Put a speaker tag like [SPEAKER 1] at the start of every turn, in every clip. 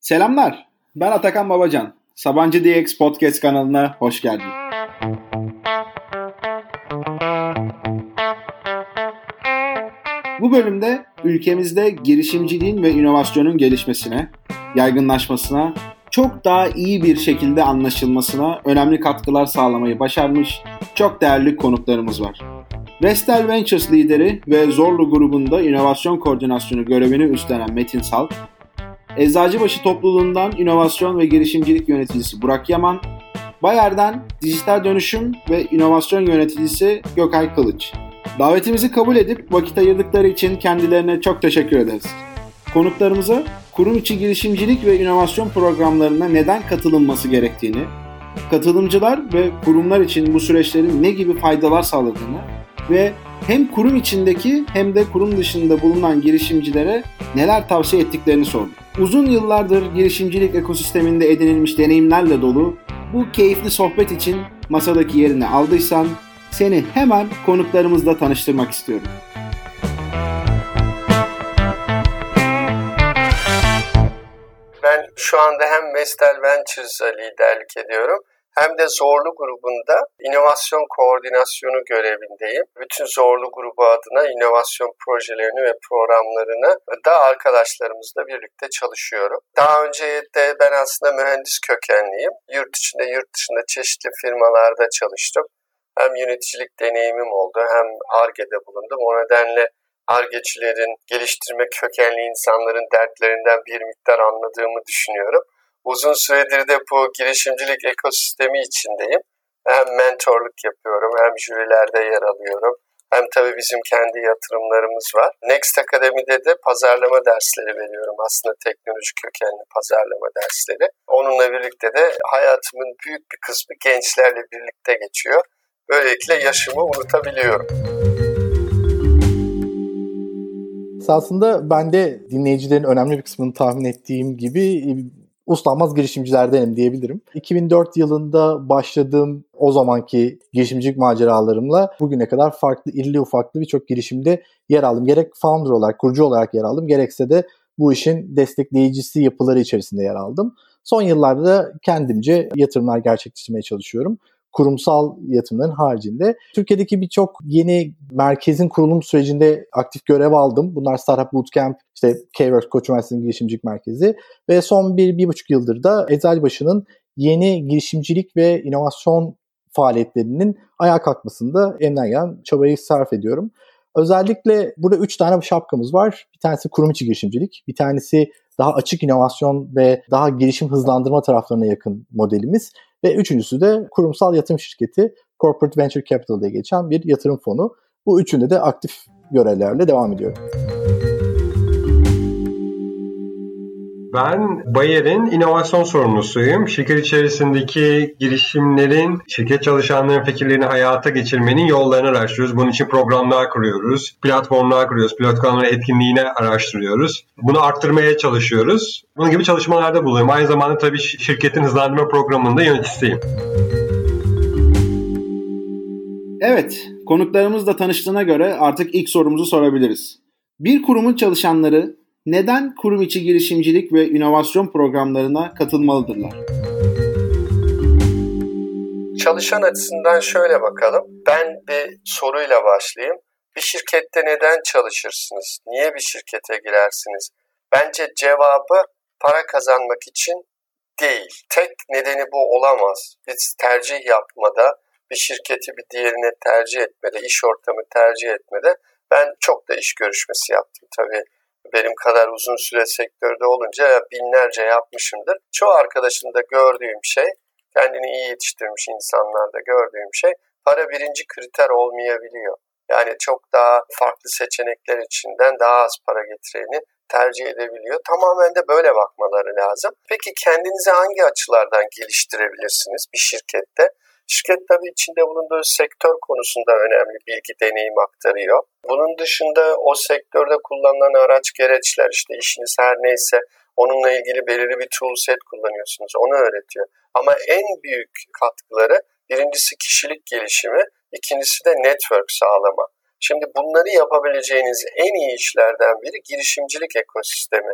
[SPEAKER 1] Selamlar, ben Atakan Babacan. Sabancı DX Podcast kanalına hoş geldin. Bu bölümde ülkemizde girişimciliğin ve inovasyonun gelişmesine, yaygınlaşmasına, çok daha iyi bir şekilde anlaşılmasına önemli katkılar sağlamayı başarmış çok değerli konuklarımız var. Vestel Ventures lideri ve Zorlu grubunda inovasyon koordinasyonu görevini üstlenen Metin Salt, Eczacıbaşı topluluğundan inovasyon ve girişimcilik yöneticisi Burak Yaman, Bayer'den dijital dönüşüm ve inovasyon yöneticisi Gökay Kılıç. Davetimizi kabul edip vakit ayırdıkları için kendilerine çok teşekkür ederiz. Konuklarımıza kurum içi girişimcilik ve inovasyon programlarına neden katılınması gerektiğini, katılımcılar ve kurumlar için bu süreçlerin ne gibi faydalar sağladığını ve hem kurum içindeki hem de kurum dışında bulunan girişimcilere neler tavsiye ettiklerini sorduk. Uzun yıllardır girişimcilik ekosisteminde edinilmiş deneyimlerle dolu bu keyifli sohbet için masadaki yerini aldıysan seni hemen konuklarımızla tanıştırmak istiyorum.
[SPEAKER 2] Ben şu anda hem Vestel Ventures'a liderlik ediyorum hem de Zorlu grubunda inovasyon koordinasyonu görevindeyim. Bütün Zorlu grubu adına inovasyon projelerini ve programlarını da arkadaşlarımızla birlikte çalışıyorum. Daha önce de ben aslında mühendis kökenliyim. Yurt içinde, yurt dışında çeşitli firmalarda çalıştım. Hem yöneticilik deneyimim oldu hem Ar-Ge'de bulundum. O nedenle Ar-Ge'cilerin, geliştirme kökenli insanların dertlerinden bir miktar anladığımı düşünüyorum. Uzun süredir de bu girişimcilik ekosistemi içindeyim. Hem mentorluk yapıyorum, hem jürilerde yer alıyorum. Hem tabii bizim kendi yatırımlarımız var. Next Akademi'de de pazarlama dersleri veriyorum. Aslında teknoloji kökenli pazarlama dersleri. Onunla birlikte de hayatımın büyük bir kısmı gençlerle birlikte geçiyor. Böylelikle yaşımı unutabiliyorum.
[SPEAKER 3] Esasında ben de dinleyicilerin önemli bir kısmını tahmin ettiğim gibi uslanmaz girişimcilerdenim diyebilirim. 2004 yılında başladığım o zamanki girişimcilik maceralarımla bugüne kadar farklı, irili ufaklı birçok girişimde yer aldım. Gerek founder olarak, kurucu olarak yer aldım. Gerekse de bu işin destekleyicisi yapıları içerisinde yer aldım. Son yıllarda kendimce yatırımlar gerçekleştirmeye çalışıyorum. Kurumsal yatırımların haricinde. Türkiye'deki birçok yeni merkezin kurulum sürecinde aktif görev aldım. Bunlar Startup Bootcamp, işte K-Works Koç Üniversitesi'nin girişimcilik merkezi ve son 1-1,5 yıldır da Eczacıbaşı'nın yeni girişimcilik ve inovasyon faaliyetlerinin ayağa kalkmasında elimden gelen çabayı sarf ediyorum. Özellikle burada 3 tane şapkamız var. Bir tanesi kurum içi girişimcilik, bir tanesi daha açık inovasyon ve daha girişim hızlandırma taraflarına yakın modelimiz. Ve üçüncüsü de kurumsal yatırım şirketi Corporate Venture Capital diye geçen bir yatırım fonu. Bu üçünde de aktif görevlerle devam ediyorum.
[SPEAKER 4] Ben Bayer'in inovasyon sorumlusuyum. Şirket içerisindeki girişimlerin, şirket çalışanların fikirlerini hayata geçirmenin yollarını araştırıyoruz. Bunun için programlar kuruyoruz, platformlar kuruyoruz, platformların etkinliğini araştırıyoruz. Bunu arttırmaya çalışıyoruz. Bunun gibi çalışmalarda bulunuyorum. Aynı zamanda tabii şirketin hızlandırma programında yöneticisiyim.
[SPEAKER 1] Evet, konuklarımızla tanıştığına göre artık ilk sorumuzu sorabiliriz. Bir kurumun çalışanları neden kurum içi girişimcilik ve inovasyon programlarına katılmalıdırlar?
[SPEAKER 2] Çalışan açısından şöyle bakalım. Ben bir soruyla başlayayım. Bir şirkette neden çalışırsınız? Niye bir şirkete girersiniz? Bence cevabı para kazanmak için değil. Tek nedeni bu olamaz. Biz tercih yapmada, bir şirketi bir diğerine tercih etmede, iş ortamı tercih etmede ben çok da iş görüşmesi yaptım tabii. Benim kadar uzun süre sektörde olunca binlerce yapmışımdır. Çoğu arkadaşımda gördüğüm şey, kendini iyi yetiştirmiş insanlarda gördüğüm şey, para birinci kriter olmayabiliyor. Yani çok daha farklı seçenekler içinden daha az para getireni tercih edebiliyor. Tamamen de böyle bakmaları lazım. Peki kendinizi hangi açılardan geliştirebilirsiniz bir şirkette? Şirket tabii içinde bulunduğu sektör konusunda önemli bilgi, deneyim aktarıyor. Bunun dışında o sektörde kullanılan araç gereçler, işte işiniz her neyse onunla ilgili belirli bir tool set kullanıyorsunuz. Onu öğretiyor. Ama en büyük katkıları birincisi kişilik gelişimi, ikincisi de network sağlama. Şimdi bunları yapabileceğiniz en iyi işlerden biri girişimcilik ekosistemi.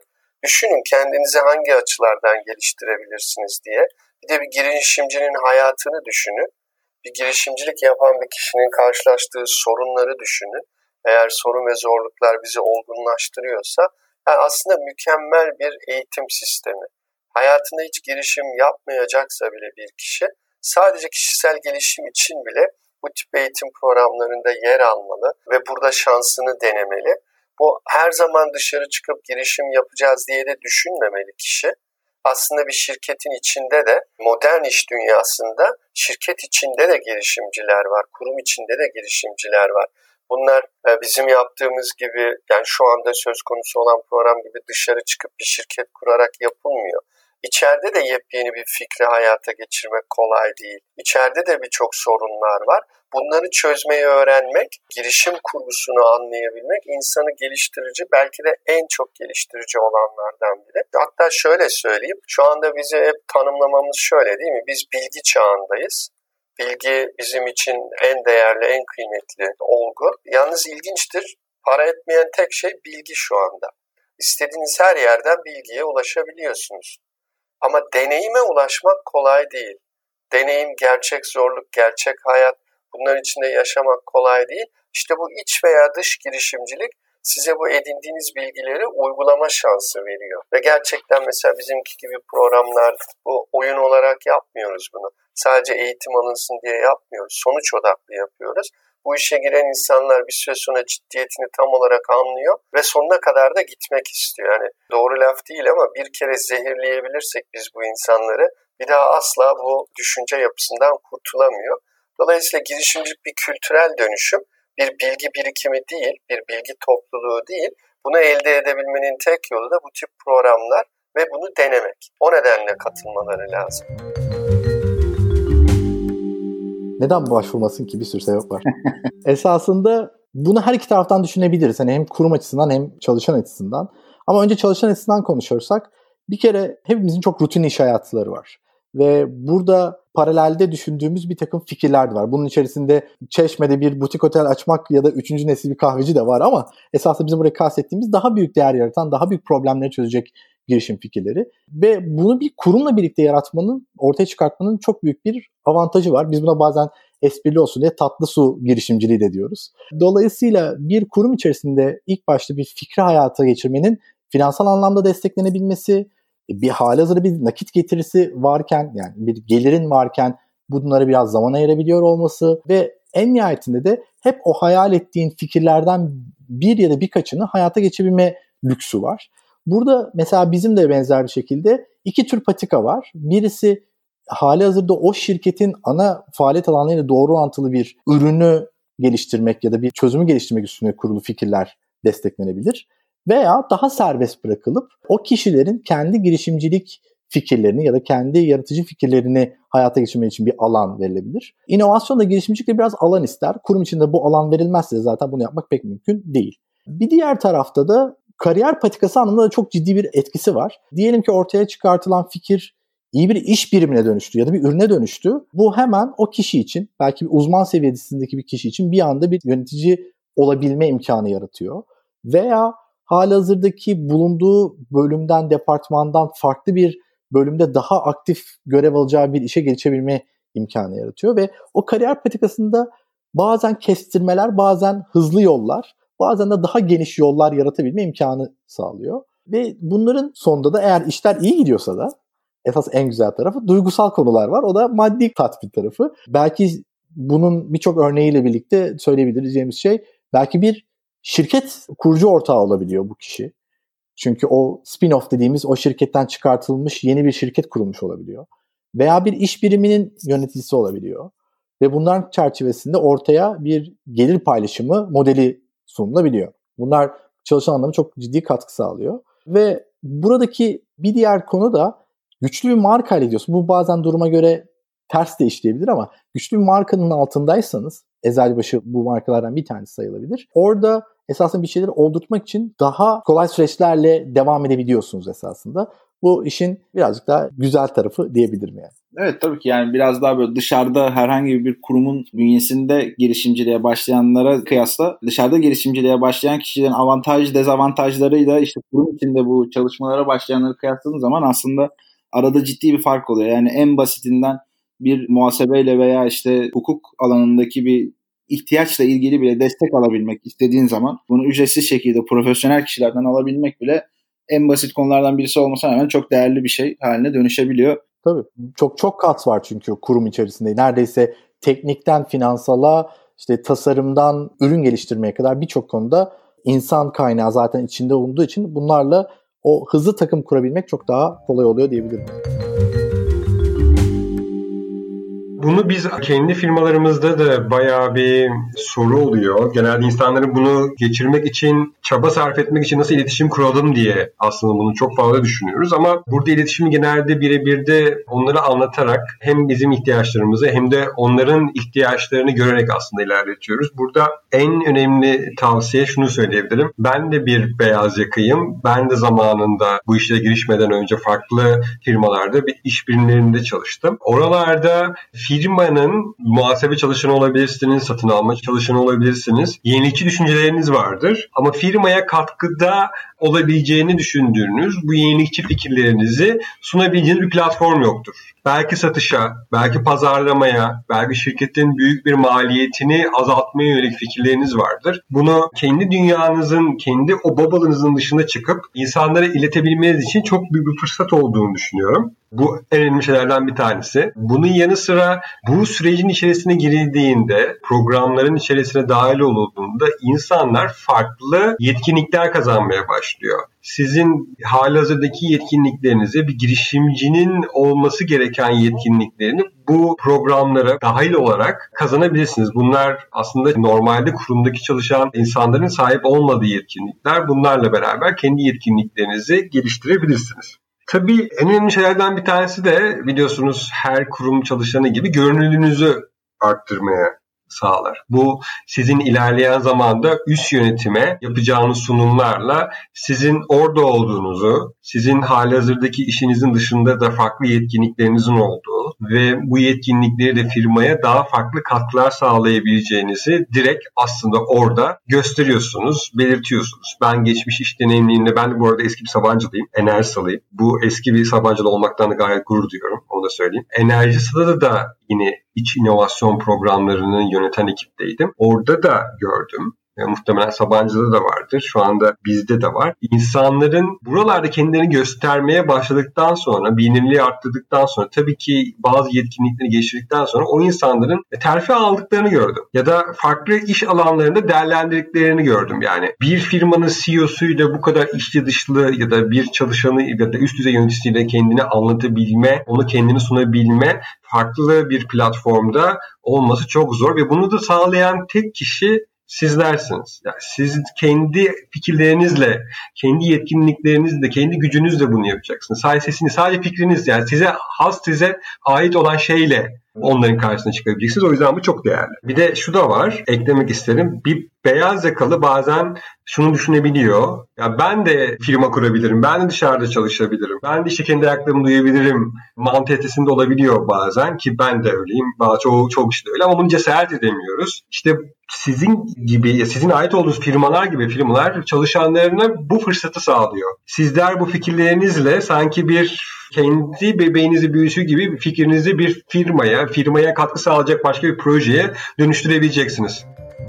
[SPEAKER 2] Düşünün kendinizi hangi açılardan geliştirebilirsiniz diye. Bir de bir girişimcinin hayatını düşünün. Bir girişimcilik yapan bir kişinin karşılaştığı sorunları düşünün. Eğer sorun ve zorluklar bizi olgunlaştırıyorsa, yani aslında mükemmel bir eğitim sistemi. Hayatında hiç girişim yapmayacaksa bile bir kişi, sadece kişisel gelişim için bile bu tip eğitim programlarında yer almalı ve burada şansını denemeli. Bu her zaman dışarı çıkıp girişim yapacağız diye de düşünmemeli kişi. Aslında bir şirketin içinde de, modern iş dünyasında şirket içinde de girişimciler var, kurum içinde de girişimciler var. Bunlar bizim yaptığımız gibi, yani şu anda söz konusu olan program gibi dışarı çıkıp bir şirket kurarak yapılmıyor. İçeride de yepyeni bir fikri hayata geçirmek kolay değil. İçeride de birçok sorunlar var. Bunları çözmeyi öğrenmek, girişim kurgusunu anlayabilmek insanı geliştirici, belki de en çok geliştirici olanlardan biri. Hatta şöyle söyleyeyim, şu anda bizi hep tanımlamamız şöyle değil mi? Biz bilgi çağındayız. Bilgi bizim için en değerli, en kıymetli olgu. Yalnız ilginçtir, para etmeyen tek şey bilgi şu anda. İstediğiniz her yerden bilgiye ulaşabiliyorsunuz. Ama deneyime ulaşmak kolay değil. Deneyim, gerçek zorluk, gerçek hayat, bunların içinde yaşamak kolay değil. İşte bu iç veya dış girişimcilik size bu edindiğiniz bilgileri uygulama şansı veriyor. Ve gerçekten mesela bizimki gibi programlar, bu oyun olarak yapmıyoruz bunu. Sadece eğitim alınsın diye yapmıyoruz. Sonuç odaklı yapıyoruz. Bu işe giren insanlar bir süre sonra ciddiyetini tam olarak anlıyor ve sonuna kadar da gitmek istiyor. Yani doğru laf değil ama bir kere zehirleyebilirsek biz bu insanları, bir daha asla bu düşünce yapısından kurtulamıyor. Dolayısıyla girişimcilik bir kültürel dönüşüm, bir bilgi birikimi değil, bir bilgi topluluğu değil. Bunu elde edebilmenin tek yolu da bu tip programlar ve bunu denemek. O nedenle katılmaları lazım.
[SPEAKER 3] Neden başvurmasın ki? Bir sürü sebep var. Esasında bunu her iki taraftan düşünebiliriz. Yani hem kurum açısından hem çalışan açısından. Ama önce çalışan açısından konuşursak, bir kere hepimizin çok rutin iş hayatları var. Ve burada paralelde düşündüğümüz bir takım fikirler de var. Bunun içerisinde Çeşme'de bir butik otel açmak ya da 3. nesil bir kahveci de var ama esasında bizim buraya kastettiğimiz daha büyük değer yaratan, daha büyük problemleri çözecek girişim fikirleri. Ve bunu bir kurumla birlikte yaratmanın, ortaya çıkartmanın çok büyük bir avantajı var. Biz buna bazen esprili olsun diye tatlı su girişimciliği de diyoruz. Dolayısıyla bir kurum içerisinde ilk başta bir fikri hayata geçirmenin finansal anlamda desteklenebilmesi, bir halihazırda bir nakit getirisi varken, yani bir gelirin varken bunlara biraz zaman ayırabiliyor olması ve en nihayetinde de hep o hayal ettiğin fikirlerden bir ya da birkaçını hayata geçirebilme lüksü var. Burada mesela bizim de benzer bir şekilde iki tür patika var. Birisi halihazırda o şirketin ana faaliyet alanlarıyla doğru orantılı bir ürünü geliştirmek ya da bir çözümü geliştirmek üstüne kurulu fikirler desteklenebilir. Veya daha serbest bırakılıp o kişilerin kendi girişimcilik fikirlerini ya da kendi yaratıcı fikirlerini hayata geçirmek için bir alan verilebilir. İnovasyon da girişimcilikle biraz alan ister. Kurum içinde bu alan verilmezse zaten bunu yapmak pek mümkün değil. Bir diğer tarafta da kariyer patikası anlamında da çok ciddi bir etkisi var. Diyelim ki ortaya çıkartılan fikir iyi bir iş birimine dönüştü ya da bir ürüne dönüştü. Bu hemen o kişi için, belki bir uzman seviyesindeki bir kişi için bir anda bir yönetici olabilme imkanı yaratıyor. Veya halihazırdaki bulunduğu bölümden, departmandan farklı bir bölümde daha aktif görev alacağı bir işe geçebilme imkanı yaratıyor. Ve o kariyer patikasında bazen kestirmeler, bazen hızlı yollar, bazen de daha geniş yollar yaratabilme imkanı sağlıyor. Ve bunların sonunda da eğer işler iyi gidiyorsa da esas en güzel tarafı duygusal konular var. O da maddi tatmin tarafı. Belki bunun birçok örneğiyle birlikte söyleyebileceğimiz şey, belki bir şirket kurucu ortağı olabiliyor bu kişi. Çünkü o spin-off dediğimiz o şirketten çıkartılmış yeni bir şirket kurulmuş olabiliyor. Veya bir iş biriminin yöneticisi olabiliyor. Ve bunların çerçevesinde ortaya bir gelir paylaşımı modeli sunulabiliyor. Bunlar çalışan anlamda çok ciddi katkı sağlıyor. Ve buradaki bir diğer konu da güçlü bir marka ile gidiyorsun. Bu bazen duruma göre ters de işleyebilir ama güçlü bir markanın altındaysanız, Eczacıbaşı bu markalardan bir tanesi sayılabilir. Orada esasında bir şeyleri oldurtmak için daha kolay süreçlerle devam edebiliyorsunuz esasında. Bu işin birazcık daha güzel tarafı diyebilirim yani.
[SPEAKER 1] Evet, tabii ki yani biraz daha böyle dışarıda herhangi bir kurumun bünyesinde girişimciliğe başlayanlara kıyasla dışarıda girişimciliğe başlayan kişilerin avantaj dezavantajlarıyla işte kurum içinde bu çalışmalara başlayanları kıyasladığın zaman aslında arada ciddi bir fark oluyor. Yani en basitinden bir muhasebeyle veya işte hukuk alanındaki bir ihtiyaçla ilgili bile destek alabilmek istediğin zaman bunu ücretsiz şekilde profesyonel kişilerden alabilmek bile en basit konulardan birisi olmasına rağmen çok değerli bir şey haline dönüşebiliyor.
[SPEAKER 3] Tabii. Çok kat var çünkü kurum içerisinde. Neredeyse teknikten finansala, işte tasarımdan ürün geliştirmeye kadar birçok konuda insan kaynağı zaten içinde olduğu için bunlarla o hızlı takım kurabilmek çok daha kolay oluyor diyebilirim.
[SPEAKER 4] Bunu biz kendi firmalarımızda da bayağı bir soru oluyor. Genelde insanların bunu geçirmek için, çaba sarf etmek için nasıl iletişim kuralım diye aslında bunu çok fazla düşünüyoruz. Ama burada iletişimi genelde birebir de onları anlatarak hem bizim ihtiyaçlarımızı hem de onların ihtiyaçlarını görerek aslında ilerletiyoruz. Burada en önemli tavsiye şunu söyleyebilirim. Ben de bir beyaz yakayım. Ben de zamanında bu işe girişmeden önce farklı firmalarda bir iş birimlerinde çalıştım. Oralarda firmanın muhasebe çalışanı olabilirsiniz, satın alma çalışanı olabilirsiniz. Yenilikçi düşünceleriniz vardır. Ama firmaya katkıda olabileceğini düşündüğünüz bu yenilikçi fikirlerinizi sunabileceğiniz bir platform yoktur. Belki satışa, belki pazarlamaya, belki şirketin büyük bir maliyetini azaltmaya yönelik fikirleriniz vardır. Bunu kendi dünyanızın, kendi o bubble'ınızın dışına çıkıp insanlara iletebilmeniz için çok büyük bir fırsat olduğunu düşünüyorum. Bu en önemli şeylerden bir tanesi. Bunun yanı sıra bu sürecin içerisine girildiğinde, programların içerisine dahil olduğunda insanlar farklı yetkinlikler kazanmaya başlıyor. Sizin halihazırdaki yetkinliklerinizi, bir girişimcinin olması gereken yetkinliklerini bu programlara dahil olarak kazanabilirsiniz. Bunlar aslında normalde kurumdaki çalışan insanların sahip olmadığı yetkinlikler. Bunlarla beraber kendi yetkinliklerinizi geliştirebilirsiniz. Tabii en önemli şeylerden bir tanesi de biliyorsunuz her kurum çalışanı gibi görünürlüğünüzü arttırmaya sağlar. Bu sizin ilerleyen zamanda üst yönetime yapacağınız sunumlarla sizin orada olduğunuzu, sizin halihazırdaki işinizin dışında da farklı yetkinliklerinizin olduğu ve bu yetkinlikleri de firmaya daha farklı katkılar sağlayabileceğinizi direkt aslında orada gösteriyorsunuz, belirtiyorsunuz. Ben geçmiş iş deneyimliğimle, ben de bu arada eski bir Sabancılıyım, Enersalıyım. Bu eski bir Sabancılı olmaktan da gayet gurur duyuyorum, onu da söyleyeyim. Enerjisa'da da yine iç inovasyon programlarını yöneten ekipteydim. Orada da gördüm. Muhtemelen Sabancı'da da vardır. Şu anda bizde de var. İnsanların buralarda kendilerini göstermeye başladıktan sonra, bilinirliği arttırdıktan sonra, tabii ki bazı yetkinlikleri geliştirdikten sonra o insanların terfi aldıklarını gördüm. Ya da farklı iş alanlarında değerlendirdiklerini gördüm. Yani bir firmanın CEO'suyla bu kadar içli dışlı ya da bir çalışanı ya da üst düzey yöneticisiyle kendini anlatabilme, onu kendini sunabilme farklı bir platformda olması çok zor ve bunu da sağlayan tek kişi sizlersiniz. Yani siz kendi fikirlerinizle, kendi yetkinliklerinizle, kendi gücünüzle bunu yapacaksınız. Sadece sesiniz, sadece fikriniz, yani size ait olan şeyle onların karşısına çıkabileceksiniz. O yüzden bu çok değerli. Bir de şu da var, eklemek isterim. Bir beyaz yakalı bazen şunu düşünebiliyor. Ya ben de firma kurabilirim, ben de dışarıda çalışabilirim, ben de işte kendi ayaklarımı duyabilirim mantalitesinde olabiliyor bazen, ki ben de öyleyim. Çoğu kişi de öyle ama bunu cesaret edemiyoruz. İşte sizin gibi, ya sizin ait olduğunuz firmalar çalışanlarına bu fırsatı sağlıyor. Sizler bu fikirlerinizle sanki bir kendi bebeğinizi büyüsü gibi fikrinizi bir firmaya katkı sağlayacak başka bir projeye dönüştürebileceksiniz.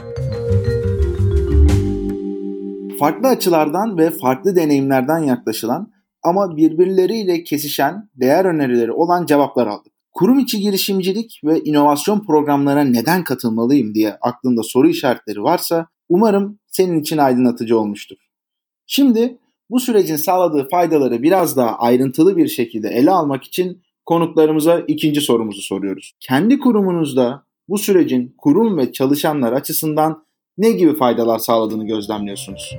[SPEAKER 1] Farklı açılardan ve farklı deneyimlerden yaklaşılan ama birbirleriyle kesişen değer önerileri olan cevaplar aldık. Kurum içi girişimcilik ve inovasyon programlarına neden katılmalıyım diye aklında soru işaretleri varsa umarım senin için aydınlatıcı olmuştur. Şimdi bu sürecin sağladığı faydaları biraz daha ayrıntılı bir şekilde ele almak için konuklarımıza ikinci sorumuzu soruyoruz. Kendi kurumunuzda bu sürecin kurum ve çalışanlar açısından ne gibi faydalar sağladığını gözlemliyorsunuz?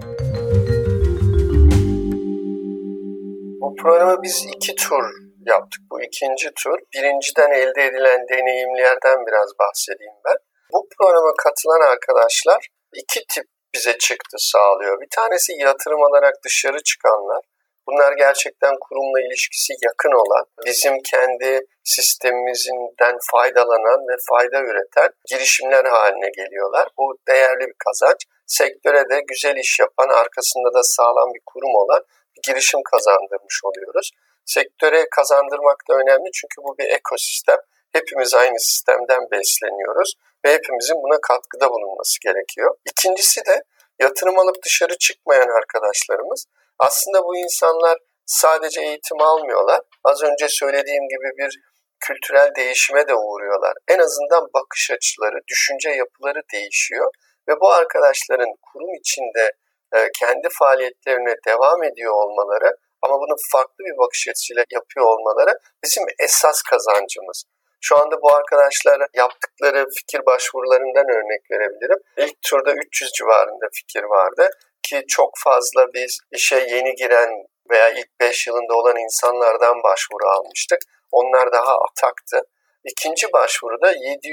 [SPEAKER 2] Bu programı biz 2 tur yaptık. Bu ikinci tur. Birinciden elde edilen deneyimlerden biraz bahsedeyim ben. Bu programa katılan arkadaşlar 2 tip bize çıktı sağlıyor. Bir tanesi yatırım alarak dışarı çıkanlar. Bunlar gerçekten kurumla ilişkisi yakın olan, bizim kendi sistemimizden faydalanan ve fayda üreten girişimler haline geliyorlar. Bu değerli bir kazanç. Sektöre de güzel iş yapan, arkasında da sağlam bir kurum olan bir girişim kazandırmış oluyoruz. Sektöre kazandırmak da önemli çünkü bu bir ekosistem. Hepimiz aynı sistemden besleniyoruz ve hepimizin buna katkıda bulunması gerekiyor. İkincisi de yatırım alıp dışarı çıkmayan arkadaşlarımız. Aslında bu insanlar sadece eğitim almıyorlar. Az önce söylediğim gibi bir kültürel değişime de uğruyorlar. En azından bakış açıları, düşünce yapıları değişiyor. Ve bu arkadaşların kurum içinde kendi faaliyetlerine devam ediyor olmaları ama bunu farklı bir bakış açısıyla yapıyor olmaları bizim esas kazancımız. Şu anda bu arkadaşlar yaptıkları fikir başvurularından örnek verebilirim. İlk turda 300 civarında fikir vardı ki çok fazla biz işe yeni giren veya ilk 5 yılında olan insanlardan başvuru almıştık. Onlar daha ataktı. İkinci başvuruda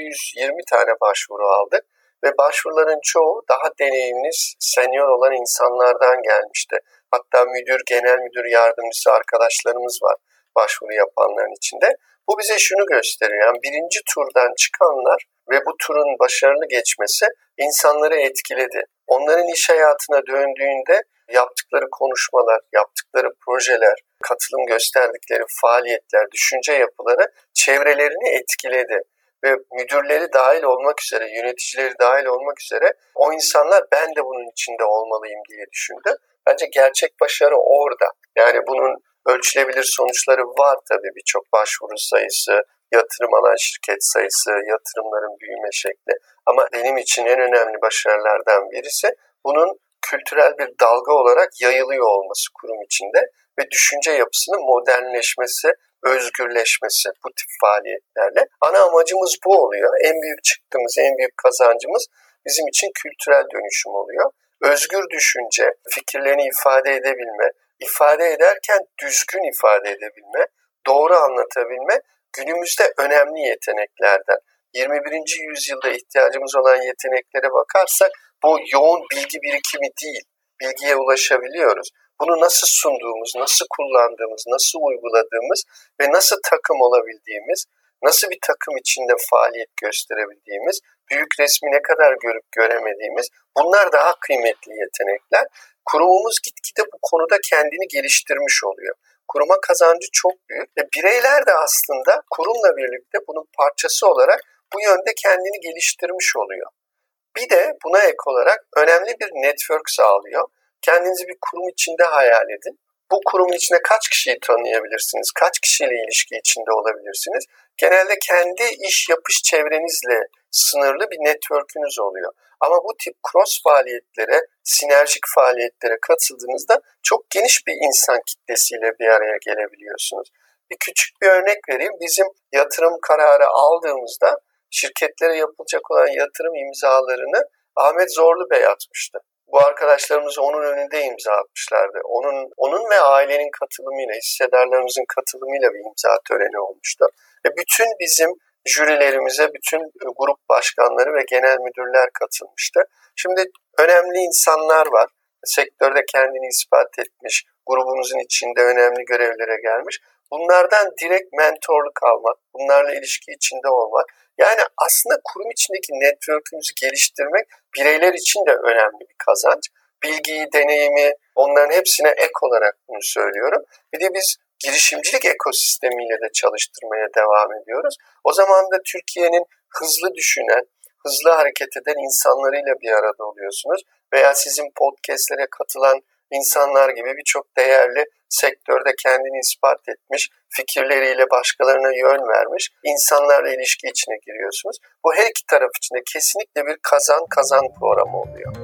[SPEAKER 2] 720 tane başvuru aldık ve başvuruların çoğu daha deneyimli, senior olan insanlardan gelmişti. Hatta müdür, genel müdür yardımcısı arkadaşlarımız var başvuru yapanların içinde. Bu bize şunu gösteriyor. Yani birinci turdan çıkanlar ve bu turun başarılı geçmesi insanları etkiledi. Onların iş hayatına döndüğünde yaptıkları konuşmalar, yaptıkları projeler, katılım gösterdikleri faaliyetler, düşünce yapıları çevrelerini etkiledi. Ve müdürleri dahil olmak üzere, yöneticileri dahil olmak üzere o insanlar ben de bunun içinde olmalıyım diye düşündü. Bence gerçek başarı orada. Yani bunun ölçülebilir sonuçları var tabii, birçok başvuru sayısı, yatırım alan şirket sayısı, yatırımların büyüme şekli. Ama benim için en önemli başarılardan birisi bunun kültürel bir dalga olarak yayılıyor olması kurum içinde ve düşünce yapısının modernleşmesi, özgürleşmesi bu tip faaliyetlerle. Ana amacımız bu oluyor. En büyük çıktığımız, en büyük kazancımız bizim için kültürel dönüşüm oluyor. Özgür düşünce, fikirlerini ifade edebilme, ifade ederken düzgün ifade edebilme, doğru anlatabilme günümüzde önemli yeteneklerden. 21. yüzyılda ihtiyacımız olan yeteneklere bakarsak bu yoğun bilgi birikimi değil, bilgiye ulaşabiliyoruz. Bunu nasıl sunduğumuz, nasıl kullandığımız, nasıl uyguladığımız ve nasıl takım olabildiğimiz, nasıl bir takım içinde faaliyet gösterebildiğimiz, büyük resmi ne kadar görüp göremediğimiz, bunlar daha kıymetli yetenekler. Kurumumuz gitgide bu konuda kendini geliştirmiş oluyor. Kuruma kazancı çok büyük ve bireyler de aslında kurumla birlikte bunun parçası olarak bu yönde kendini geliştirmiş oluyor. Bir de buna ek olarak önemli bir network sağlıyor. Kendinizi bir kurum içinde hayal edin. Bu kurumun içinde kaç kişiyi tanıyabilirsiniz? Kaç kişiyle ilişki içinde olabilirsiniz? Genelde kendi iş yapış çevrenizle sınırlı bir network'ünüz oluyor. Ama bu tip cross faaliyetlere, sinerjik faaliyetlere katıldığınızda çok geniş bir insan kitlesiyle bir araya gelebiliyorsunuz. Bir küçük bir örnek vereyim. Bizim yatırım kararı aldığımızda şirketlere yapılacak olan yatırım imzalarını Ahmet Zorlu Bey atmıştı. Bu arkadaşlarımız onun önünde imza atmışlardı. Onun ve ailenin katılımıyla, hissedarlarımızın katılımıyla bir imza töreni olmuştu. Ve bütün bizim jürilerimize bütün grup başkanları ve genel müdürler katılmıştı. Şimdi önemli insanlar var. Sektörde kendini ispat etmiş, grubumuzun içinde önemli görevlere gelmiş. Bunlardan direkt mentorluk almak, bunlarla ilişki içinde olmak. Yani aslında kurum içindeki network'ümüzü geliştirmek bireyler için de önemli bir kazanç. Bilgiyi, deneyimi, onların hepsine ek olarak bunu söylüyorum. Bir de biz girişimcilik ekosistemiyle de çalıştırmaya devam ediyoruz. O zaman da Türkiye'nin hızlı düşünen, hızlı hareket eden insanlarıyla bir arada oluyorsunuz. Veya sizin podcastlere katılan insanlar gibi birçok değerli sektörde kendini ispat etmiş, fikirleriyle başkalarına yön vermiş insanlarla ilişki içine giriyorsunuz. Bu her iki taraf için de kesinlikle bir kazan-kazan programı oluyor.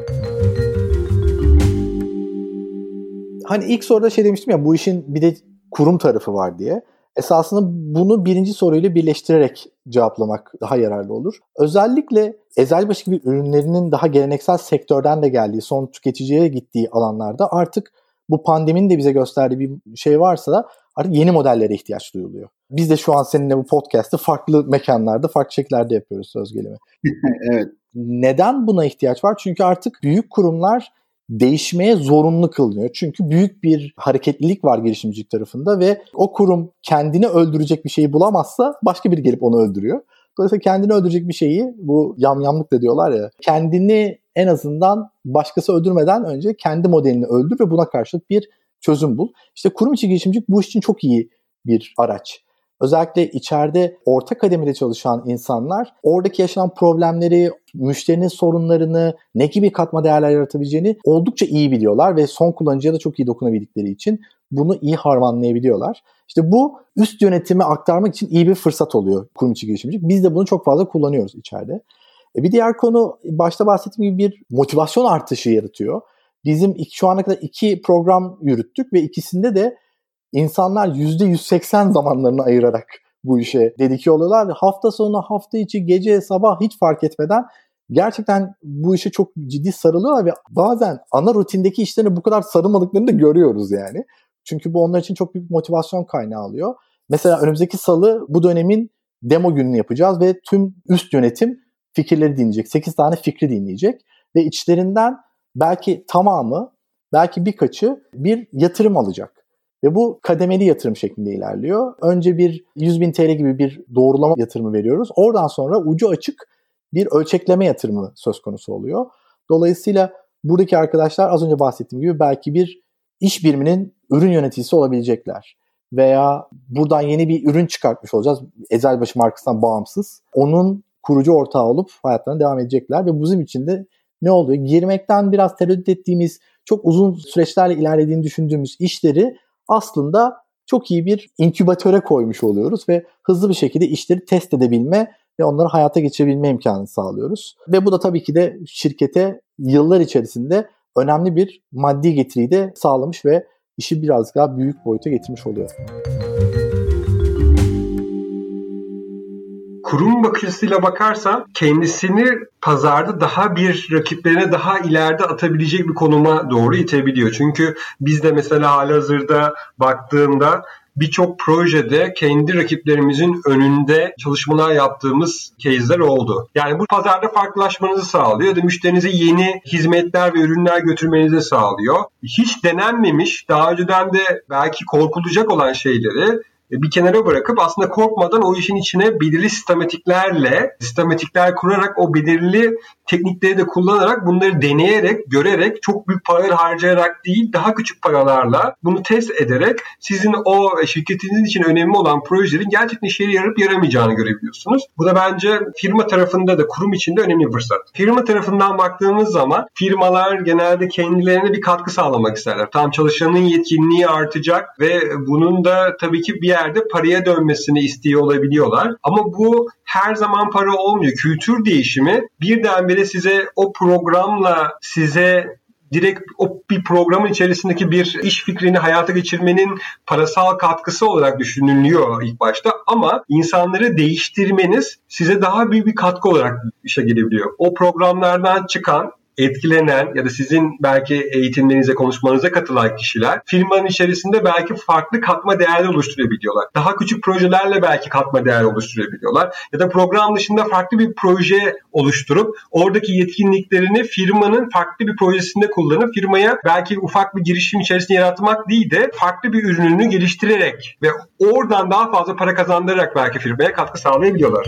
[SPEAKER 3] Hani ilk soruda demiştim ya, bu işin bir de kurum tarafı var diye. Esasında bunu birinci soruyla birleştirerek cevaplamak daha yararlı olur. Özellikle Ezelbaşı gibi ürünlerinin daha geleneksel sektörden de geldiği, son tüketiciye gittiği alanlarda artık bu pandeminin de bize gösterdiği bir şey varsa da artık yeni modellere ihtiyaç duyuluyor. Biz de şu an seninle bu podcast'ı farklı mekanlarda, farklı şekillerde yapıyoruz söz gelimi.
[SPEAKER 1] Evet.
[SPEAKER 3] Neden buna ihtiyaç var? Çünkü artık büyük kurumlar değişmeye zorunlu kılınıyor. Çünkü büyük bir hareketlilik var girişimcilik tarafında ve o kurum kendini öldürecek bir şeyi bulamazsa başka biri gelip onu öldürüyor. Dolayısıyla kendini öldürecek bir şeyi, bu yamyamlık da diyorlar ya, kendini en azından başkası öldürmeden önce kendi modelini öldür ve buna karşılık bir çözüm bul. İşte kurum içi girişimcilik bu iş için çok iyi bir araç. Özellikle içeride orta kademede çalışan insanlar oradaki yaşanan problemleri, müşterinin sorunlarını, ne gibi katma değerler yaratabileceğini oldukça iyi biliyorlar ve son kullanıcıya da çok iyi dokunabildikleri için bunu iyi harmanlayabiliyorlar. İşte bu üst yönetime aktarmak için iyi bir fırsat oluyor kurum içi girişimcilik. Biz de bunu çok fazla kullanıyoruz içeride. Bir diğer konu, başta bahsettiğim gibi bir motivasyon artışı yaratıyor. Bizim şu ana kadar 2 program yürüttük ve ikisinde de İnsanlar %180 zamanlarını ayırarak bu işe dedike oluyorlar. Hafta sonu, hafta içi, gece, sabah hiç fark etmeden gerçekten bu işe çok ciddi sarılıyorlar ve bazen ana rutindeki işlerine bu kadar sarılmadıklarını da görüyoruz yani. Çünkü bu onlar için çok büyük motivasyon kaynağı alıyor. Mesela önümüzdeki salı bu dönemin demo gününü yapacağız ve tüm üst yönetim fikirleri dinleyecek. 8 tane fikri dinleyecek ve içlerinden belki tamamı, belki birkaçı bir yatırım alacak. Ve bu kademeli yatırım şeklinde ilerliyor. Önce bir 100.000 TL gibi bir doğrulama yatırımı veriyoruz. Oradan sonra ucu açık bir ölçekleme yatırımı söz konusu oluyor. Dolayısıyla buradaki arkadaşlar az önce bahsettiğim gibi belki bir iş biriminin ürün yöneticisi olabilecekler. Veya buradan yeni bir ürün çıkartmış olacağız. Eczacıbaşı markasından bağımsız. Onun kurucu ortağı olup hayatlarına devam edecekler. Ve bizim için de ne oluyor? Girmekten biraz tereddüt ettiğimiz, çok uzun süreçlerle ilerlediğini düşündüğümüz işleri aslında çok iyi bir inkübatöre koymuş oluyoruz ve hızlı bir şekilde işleri test edebilme ve onları hayata geçirebilme imkanını sağlıyoruz. Ve bu da tabii ki de şirkete yıllar içerisinde önemli bir maddi getiriyi de sağlamış ve işi birazcık daha büyük boyuta getirmiş oluyor.
[SPEAKER 4] Kurum bakış açısıyla bakarsan kendisini pazarda daha bir rakiplerine daha ileride atabilecek bir konuma doğru itebiliyor. Çünkü biz de mesela halihazırda baktığımda birçok projede kendi rakiplerimizin önünde çalışmalar yaptığımız case'ler oldu. Yani bu pazarda farklılaşmanızı sağlıyor da müşterinize yeni hizmetler ve ürünler götürmenizi sağlıyor. Hiç denenmemiş, daha önceden de belki korkulacak olan şeyleri bir kenara bırakıp aslında korkmadan o işin içine belirli sistematikler kurarak o belirli teknikleri de kullanarak bunları deneyerek, görerek, çok büyük paralar harcayarak değil, daha küçük paralarla bunu test ederek sizin o şirketinizin için önemli olan projelerin gerçekten işe yarayıp yaramayacağını görebiliyorsunuz. Bu da bence firma tarafında da kurum içinde önemli bir fırsat. Firma tarafından baktığımız zaman firmalar genelde kendilerine bir katkı sağlamak isterler. Tam çalışanın yetkinliği artacak ve bunun da tabii ki bir yerde paraya dönmesini istiyor olabiliyorlar. Ama bu her zaman para olmuyor. Kültür değişimi birdenbire size o programla direkt o bir programın içerisindeki bir iş fikrini hayata geçirmenin parasal katkısı olarak düşünülüyor ilk başta ama insanları değiştirmeniz size daha büyük bir katkı olarak işe gelebiliyor. O programlardan çıkan, etkilenen ya da sizin belki eğitimlerinize, konuşmanıza katılan kişiler firmanın içerisinde belki farklı katma değerler oluşturabiliyorlar. Daha küçük projelerle belki katma değer oluşturabiliyorlar. Ya da program dışında farklı bir proje oluşturup oradaki yetkinliklerini firmanın farklı bir projesinde kullanıp firmaya belki ufak bir girişim içerisinde yaratmak değil de farklı bir ürününü geliştirerek ve oradan daha fazla para kazandırarak belki firmaya katkı sağlayabiliyorlar.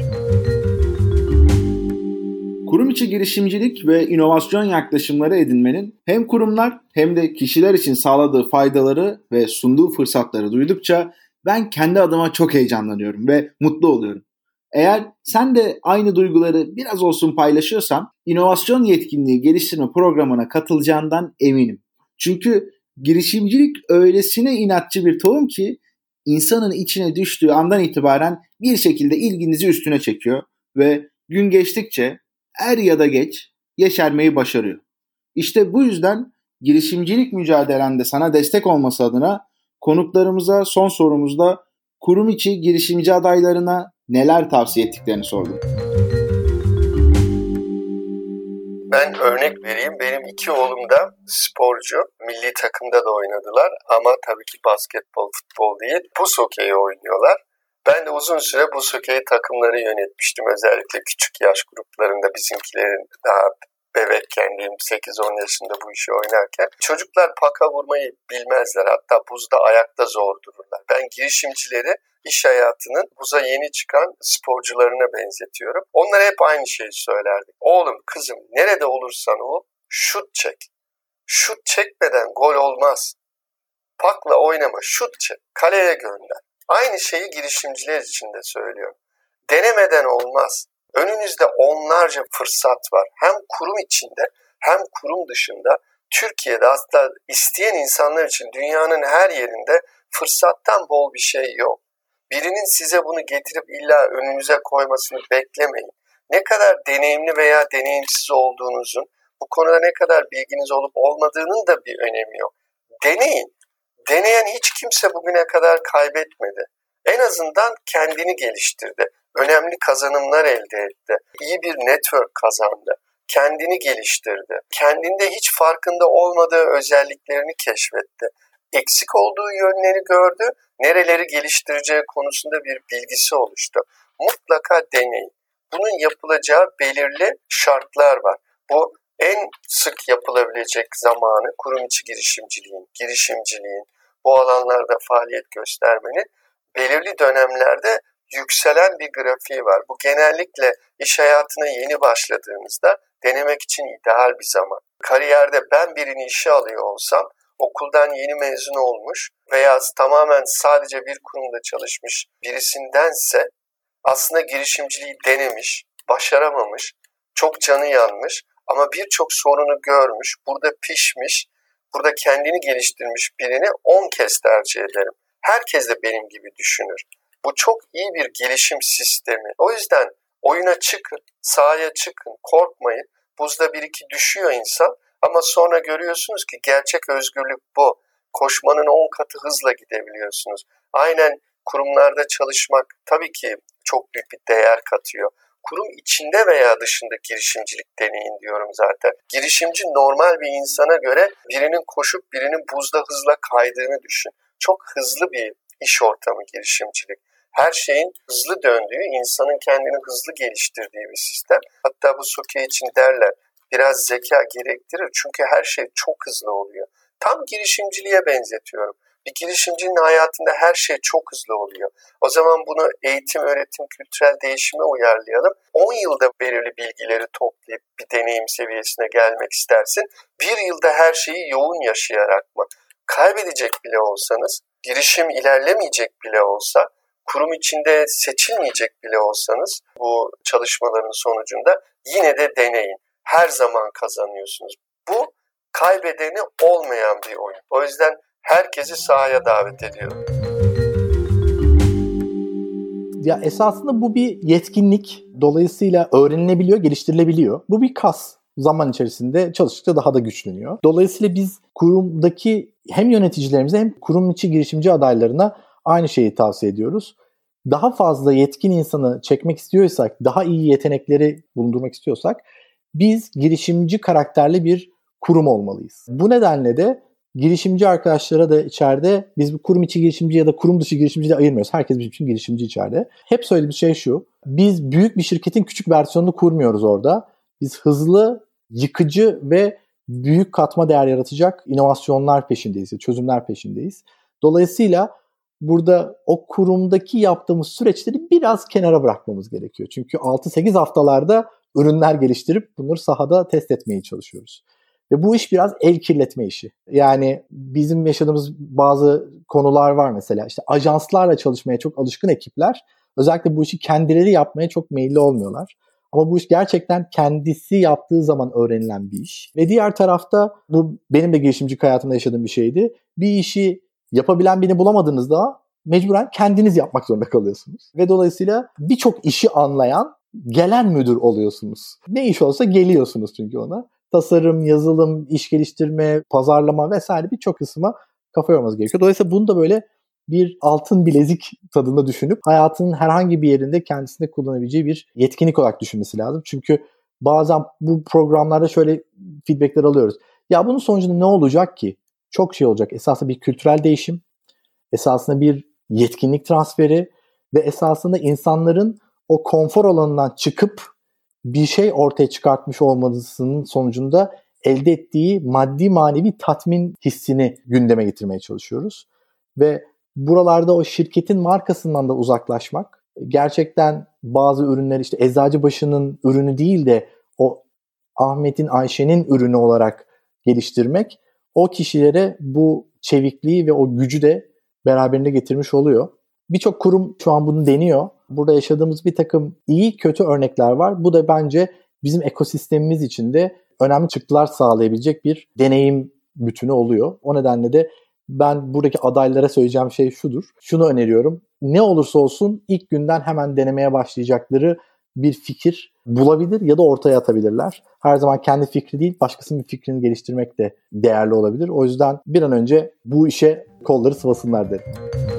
[SPEAKER 1] Kurum içi girişimcilik ve inovasyon yaklaşımları edinmenin hem kurumlar hem de kişiler için sağladığı faydaları ve sunduğu fırsatları duydukça ben kendi adıma çok heyecanlanıyorum ve mutlu oluyorum. Eğer sen de aynı duyguları biraz olsun paylaşıyorsan inovasyon yetkinliği geliştirme programına katılacağından eminim. Çünkü girişimcilik öylesine inatçı bir tohum ki insanın içine düştüğü andan itibaren bir şekilde ilginizi üstüne çekiyor ve gün geçtikçe er ya da geç yeşermeyi başarıyor. İşte bu yüzden girişimcilik mücadelende sana destek olması adına konuklarımıza son sorumuzda kurum içi girişimci adaylarına neler tavsiye ettiklerini sordum.
[SPEAKER 2] Ben örnek vereyim. Benim 2 oğlum da sporcu. Milli takımda da oynadılar ama tabii ki basketbol, futbol değil. Buz hokeyi oynuyorlar. Ben de uzun süre buz hokeyi takımları yönetmiştim. Özellikle küçük yaş gruplarında bizimkilerin daha bebekken diyeyim 8-10 yaşında bu işi oynarken çocuklar paka vurmayı bilmezler. Hatta buzda ayakta zor dururlar. Ben girişimcileri iş hayatının buza yeni çıkan sporcularına benzetiyorum. Onlar hep aynı şeyi söylerdi. Oğlum kızım nerede olursan ol şut çek. Şut çekmeden gol olmaz. Pakla oynama, şut çek. Kaleye gönder. Aynı şeyi girişimciler için de söylüyorum. Denemeden olmaz. Önünüzde onlarca fırsat var. Hem kurum içinde hem kurum dışında. Türkiye'de hatta isteyen insanlar için dünyanın her yerinde fırsattan bol bir şey yok. Birinin size bunu getirip illa önünüze koymasını beklemeyin. Ne kadar deneyimli veya deneyimsiz olduğunuzun, bu konuda ne kadar bilginiz olup olmadığının da bir önemi yok. Deneyin. Deneyen hiç kimse bugüne kadar kaybetmedi. En azından kendini geliştirdi. Önemli kazanımlar elde etti. İyi bir network kazandı. Kendini geliştirdi. Kendinde hiç farkında olmadığı özelliklerini keşfetti. Eksik olduğu yönleri gördü. Nereleri geliştireceği konusunda bir bilgisi oluştu. Mutlaka deneyin. Bunun yapılacağı belirli şartlar var. Bu en sık yapılabilecek zamanı kurum içi girişimciliğin, bu alanlarda faaliyet göstermenin belirli dönemlerde yükselen bir grafiği var. Bu genellikle iş hayatına yeni başladığınızda denemek için ideal bir zaman. Kariyerde ben birini işe alıyor olsam, okuldan yeni mezun olmuş veya tamamen sadece bir kurumda çalışmış birisindense aslında girişimciliği denemiş, başaramamış, çok canı yanmış ama birçok sorunu görmüş, burada pişmiş, burada kendini geliştirmiş birini 10 kez tercih ederim. Herkes de benim gibi düşünür. Bu çok iyi bir gelişim sistemi. O yüzden oyuna çıkın, sahaya çıkın, korkmayın. Buzda bir iki düşüyor insan ama sonra görüyorsunuz ki gerçek özgürlük bu. Koşmanın 10 katı hızla gidebiliyorsunuz. Aynen kurumlarda çalışmak tabii ki çok büyük bir değer katıyor. Kurum içinde veya dışında girişimcilik deneyin diyorum zaten. Girişimci normal bir insana göre birinin koşup birinin buzda hızla kaydığını düşün. Çok hızlı bir iş ortamı girişimcilik. Her şeyin hızlı döndüğü, insanın kendini hızlı geliştirdiği bir sistem. Hatta bu Suki için derler, biraz zeka gerektirir çünkü her şey çok hızlı oluyor. Tam girişimciliğe benzetiyorum. Bir girişimcinin hayatında her şey çok hızlı oluyor. O zaman bunu eğitim, öğretim, kültürel değişime uyarlayalım. 10 yılda belirli bilgileri toplayıp bir deneyim seviyesine gelmek istersin. 1 yılda her şeyi yoğun yaşayarak mı? Kaybedecek bile olsanız, girişim ilerlemeyecek bile olsa, kurum içinde seçilmeyecek bile olsanız bu çalışmaların sonucunda yine de deneyin. Her zaman kazanıyorsunuz. Bu kaybedeni olmayan bir oyun. O yüzden herkesi sahaya davet ediyorum.
[SPEAKER 3] Ya esasında bu bir yetkinlik. Dolayısıyla öğrenilebiliyor, geliştirilebiliyor. Bu bir kas. Zaman içerisinde çalıştıkça daha da güçleniyor. Dolayısıyla biz kurumdaki hem yöneticilerimize hem kurum içi girişimci adaylarına aynı şeyi tavsiye ediyoruz. Daha fazla yetkin insanı çekmek istiyorsak, daha iyi yetenekleri bulundurmak istiyorsak biz girişimci karakterli bir kurum olmalıyız. Bu nedenle de girişimci arkadaşlara da içeride biz bu kurum içi girişimci ya da kurum dışı girişimci de ayırmıyoruz. Herkes bizim için girişimci içeride. Hep söylediğimiz şey şu. Biz büyük bir şirketin küçük versiyonunu kurmuyoruz orada. Biz hızlı, yıkıcı ve büyük katma değer yaratacak inovasyonlar peşindeyiz, çözümler peşindeyiz. Dolayısıyla burada o kurumdaki yaptığımız süreçleri biraz kenara bırakmamız gerekiyor. Çünkü 6-8 haftalarda ürünler geliştirip bunları sahada test etmeye çalışıyoruz. Ve bu iş biraz el kirletme işi. Yani bizim yaşadığımız bazı konular var mesela. İşte ajanslarla çalışmaya çok alışkın ekipler özellikle bu işi kendileri yapmaya çok meyilli olmuyorlar. Ama bu iş gerçekten kendisi yaptığı zaman öğrenilen bir iş. Ve diğer tarafta bu benim de girişimcilik hayatımda yaşadığım bir şeydi. Bir işi yapabilen birini bulamadığınızda mecburen kendiniz yapmak zorunda kalıyorsunuz. Ve dolayısıyla birçok işi anlayan gelen müdür oluyorsunuz. Ne iş olsa geliyorsunuz çünkü ona. Tasarım, yazılım, iş geliştirme, pazarlama vesaire birçok kısma kafa yormanız gerekiyor. Dolayısıyla bunu da böyle bir altın bilezik tadında düşünüp hayatının herhangi bir yerinde kendisinde kullanabileceği bir yetkinlik olarak düşünmesi lazım. Çünkü bazen bu programlarda şöyle feedbackler alıyoruz. Ya bunun sonucunda ne olacak ki? Çok şey olacak. Esasında bir kültürel değişim, esasında bir yetkinlik transferi ve esasında insanların o konfor alanından çıkıp bir şey ortaya çıkartmış olmasının sonucunda elde ettiği maddi manevi tatmin hissini gündeme getirmeye çalışıyoruz. Ve buralarda o şirketin markasından da uzaklaşmak, gerçekten bazı ürünler işte Eczacıbaşı'nın ürünü değil de o Ahmet'in, Ayşe'nin ürünü olarak geliştirmek, o kişilere bu çevikliği ve o gücü de beraberinde getirmiş oluyor. Birçok kurum şu an bunu deniyor. Burada yaşadığımız bir takım iyi kötü örnekler var. Bu da bence bizim ekosistemimiz içinde önemli çıktılar sağlayabilecek bir deneyim bütünü oluyor. O nedenle de ben buradaki adaylara söyleyeceğim şey şudur. Şunu öneriyorum. Ne olursa olsun ilk günden hemen denemeye başlayacakları bir fikir bulabilir ya da ortaya atabilirler. Her zaman kendi fikri değil, başkasının bir fikrini geliştirmek de değerli olabilir. O yüzden bir an önce bu işe kolları sıvasınlar derim.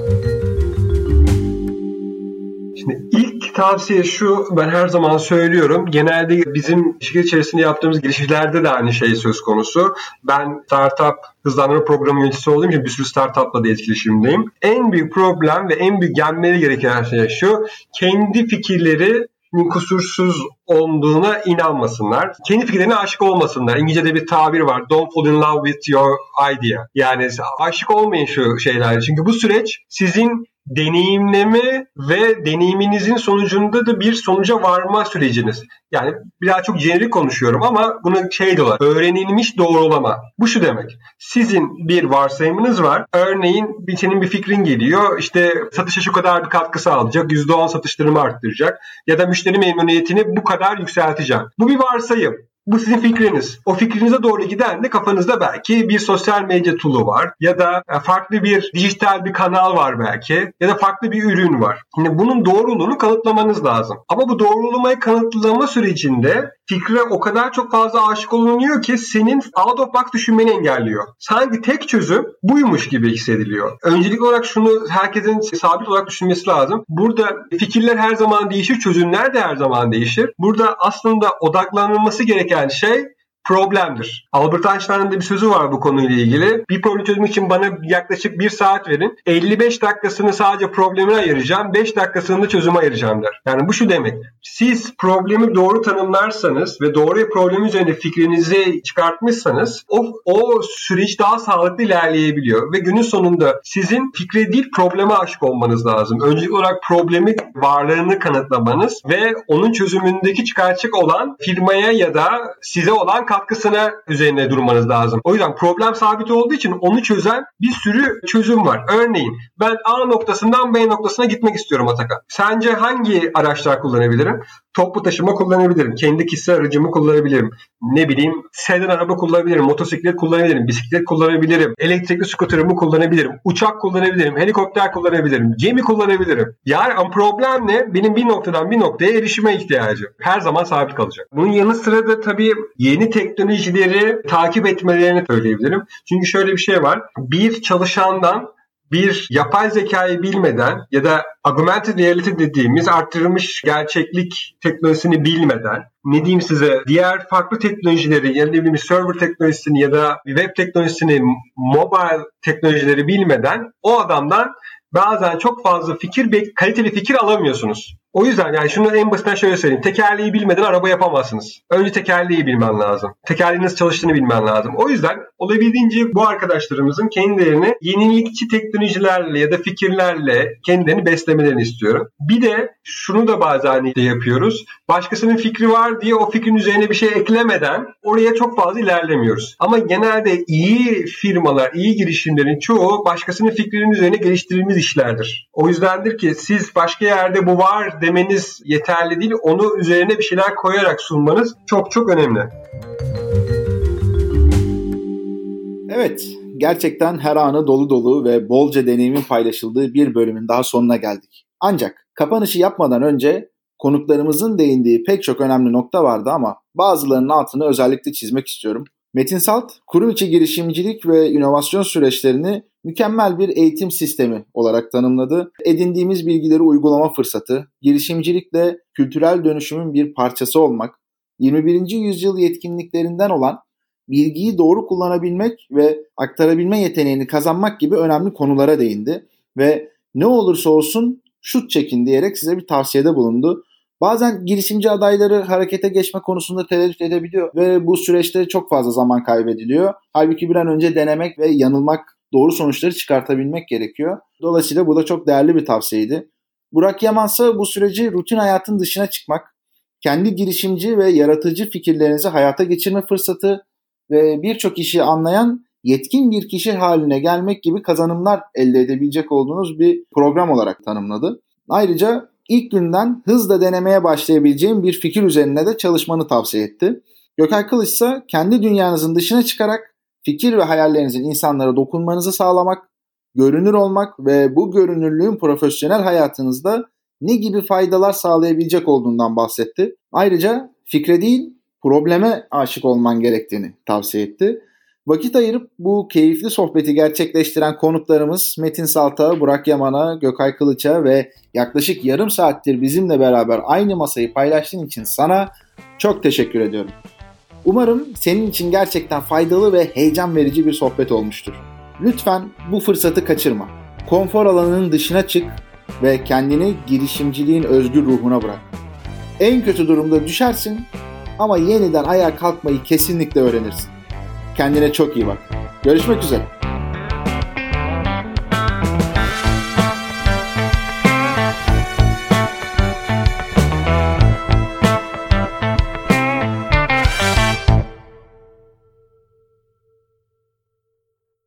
[SPEAKER 4] Şimdi ilk tavsiye şu, ben her zaman söylüyorum. Genelde bizim şirket içerisinde yaptığımız girişimlerde de aynı şey söz konusu. Ben startup hızlandırma programı yöneticisi olduğum için bir sürü startupla da etkileşimdeyim. En büyük problem ve en büyük yenmeleri gereken şey şu: kendi fikirleri kusursuz olduğuna inanmasınlar. Kendi fikirlerine aşık olmasınlar. İngilizce'de bir tabir var. Don't fall in love with your idea. Yani aşık olmayın şu şeyler. Çünkü bu süreç sizin deneyimleme ve deneyiminizin sonucunda da bir sonuca varma süreciniz. Yani biraz çok jenerik konuşuyorum ama bunu şey diyorlar, öğrenilmiş doğrulama. Bu şu demek: sizin bir varsayımınız var. Örneğin senin bir fikrin geliyor. İşte satışa şu kadar bir katkı sağlayacak. %10 satışlarımı arttıracak. Ya da müşteri memnuniyetini bu kadar yükselteceğim. Bu bir varsayım. Bu sizin fikriniz. O fikrinize doğru giden de kafanızda belki bir sosyal medya tool'u var ya da farklı bir dijital bir kanal var belki ya da farklı bir ürün var. Şimdi bunun doğruluğunu kanıtlamanız lazım. Ama bu doğrulamayı kanıtlama sürecinde fikre o kadar çok fazla aşık olunuyor ki senin out of box düşünmeni engelliyor. Sanki tek çözüm buymuş gibi hissediliyor. Öncelikli olarak şunu herkesin sabit olarak düşünmesi lazım. Burada fikirler her zaman değişir, çözümler de her zaman değişir. Burada aslında odaklanılması gereken şey problemdir. Albert Einstein'ın da bir sözü var bu konuyla ilgili. Bir problemi çözmek için bana yaklaşık 1 saat verin. 55 dakikasını sadece problemine ayıracağım. 5 dakikasını da çözüme ayıracağım der. Yani bu şu demek: siz problemi doğru tanımlarsanız ve doğru problem üzerinde fikrinizi çıkartmışsanız o süreç daha sağlıklı ilerleyebiliyor. Ve günün sonunda sizin fikre değil probleme aşık olmanız lazım. Öncelikli olarak problemi varlığını kanıtlamanız ve onun çözümündeki çıkartacak olan firmaya ya da size olan katkısına üzerine durmanız lazım. O yüzden problem sabit olduğu için onu çözen bir sürü çözüm var. Örneğin ben A noktasından B noktasına gitmek istiyorum Atakan. Sence hangi araçlar kullanabilirim? Toplu taşıma kullanabilirim. Kendi kişisel aracımı kullanabilirim. Ne bileyim, sedan araba kullanabilirim. Motosiklet kullanabilirim. Bisiklet kullanabilirim. Elektrikli skuterımı kullanabilirim. Uçak kullanabilirim. Helikopter kullanabilirim. Gemi kullanabilirim. Yani problem ne? Benim bir noktadan bir noktaya erişime ihtiyacım. Her zaman sabit kalacak. Bunun yanı sıra da tabii yeni teknolojileri takip etmelerini söyleyebilirim. Çünkü şöyle bir şey var. Bir çalışandan bir yapay zekayı bilmeden ya da augmented reality dediğimiz arttırılmış gerçeklik teknolojisini bilmeden, ne diyeyim size, diğer farklı teknolojileri, yani bir server teknolojisini ya da bir web teknolojisini, mobile teknolojileri bilmeden o adamdan bazen çok fazla kaliteli fikir alamıyorsunuz. O yüzden yani şunu en basitten şöyle söyleyeyim. Tekerleği bilmeden araba yapamazsınız. Önce tekerleği bilmen lazım. Tekerleğin nasıl çalıştığını bilmen lazım. O yüzden olabildiğince bu arkadaşlarımızın kendilerini yenilikçi teknolojilerle ya da fikirlerle kendilerini beslemelerini istiyorum. Bir de şunu da bazen yapıyoruz. Başkasının fikri var diye o fikrin üzerine bir şey eklemeden oraya çok fazla ilerlemiyoruz. Ama genelde iyi firmalar, iyi girişimlerin çoğu başkasının fikrinin üzerine geliştirilmiş işlerdir. O yüzdendir ki siz başka yerde bu var demeniz yeterli değil. Onu üzerine bir şeyler koyarak sunmanız çok çok önemli.
[SPEAKER 1] Evet, gerçekten her anı dolu dolu ve bolca deneyimin paylaşıldığı bir bölümün daha sonuna geldik. Ancak kapanışı yapmadan önce konuklarımızın değindiği pek çok önemli nokta vardı ama bazılarının altını özellikle çizmek istiyorum. Metin Salt, kurum içi girişimcilik ve inovasyon süreçlerini mükemmel bir eğitim sistemi olarak tanımladı. Edindiğimiz bilgileri uygulama fırsatı, girişimcilikle kültürel dönüşümün bir parçası olmak, 21. yüzyıl yetkinliklerinden olan bilgiyi doğru kullanabilmek ve aktarabilme yeteneğini kazanmak gibi önemli konulara değindi. Ve ne olursa olsun şut çekin diyerek size bir tavsiyede bulundu. Bazen girişimci adayları harekete geçme konusunda tereddüt edebiliyor ve bu süreçte çok fazla zaman kaybediliyor. Halbuki bir an önce denemek ve yanılmak, doğru sonuçları çıkartabilmek gerekiyor. Dolayısıyla bu da çok değerli bir tavsiyeydi. Burak Yamansa bu süreci rutin hayatın dışına çıkmak, kendi girişimci ve yaratıcı fikirlerinizi hayata geçirme fırsatı ve birçok işi anlayan yetkin bir kişi haline gelmek gibi kazanımlar elde edebilecek olduğunuz bir program olarak tanımladı. Ayrıca ilk günden hızla denemeye başlayabileceğim bir fikir üzerine de çalışmanı tavsiye etti. Gökay Kılıç ise kendi dünyanızın dışına çıkarak fikir ve hayallerinizin insanlara dokunmanızı sağlamak, görünür olmak ve bu görünürlüğün profesyonel hayatınızda ne gibi faydalar sağlayabilecek olduğundan bahsetti. Ayrıca fikre değil, probleme aşık olman gerektiğini tavsiye etti. Vakit ayırıp bu keyifli sohbeti gerçekleştiren konuklarımız Metin Saltak'a, Burak Yaman'a, Gökay Kılıç'a ve yaklaşık yarım saattir bizimle beraber aynı masayı paylaştığın için sana çok teşekkür ediyorum. Umarım senin için gerçekten faydalı ve heyecan verici bir sohbet olmuştur. Lütfen bu fırsatı kaçırma. Konfor alanının dışına çık ve kendini girişimciliğin özgür ruhuna bırak. En kötü durumda düşersin ama yeniden ayağa kalkmayı kesinlikle öğrenirsin. Kendine çok iyi bak. Görüşmek üzere.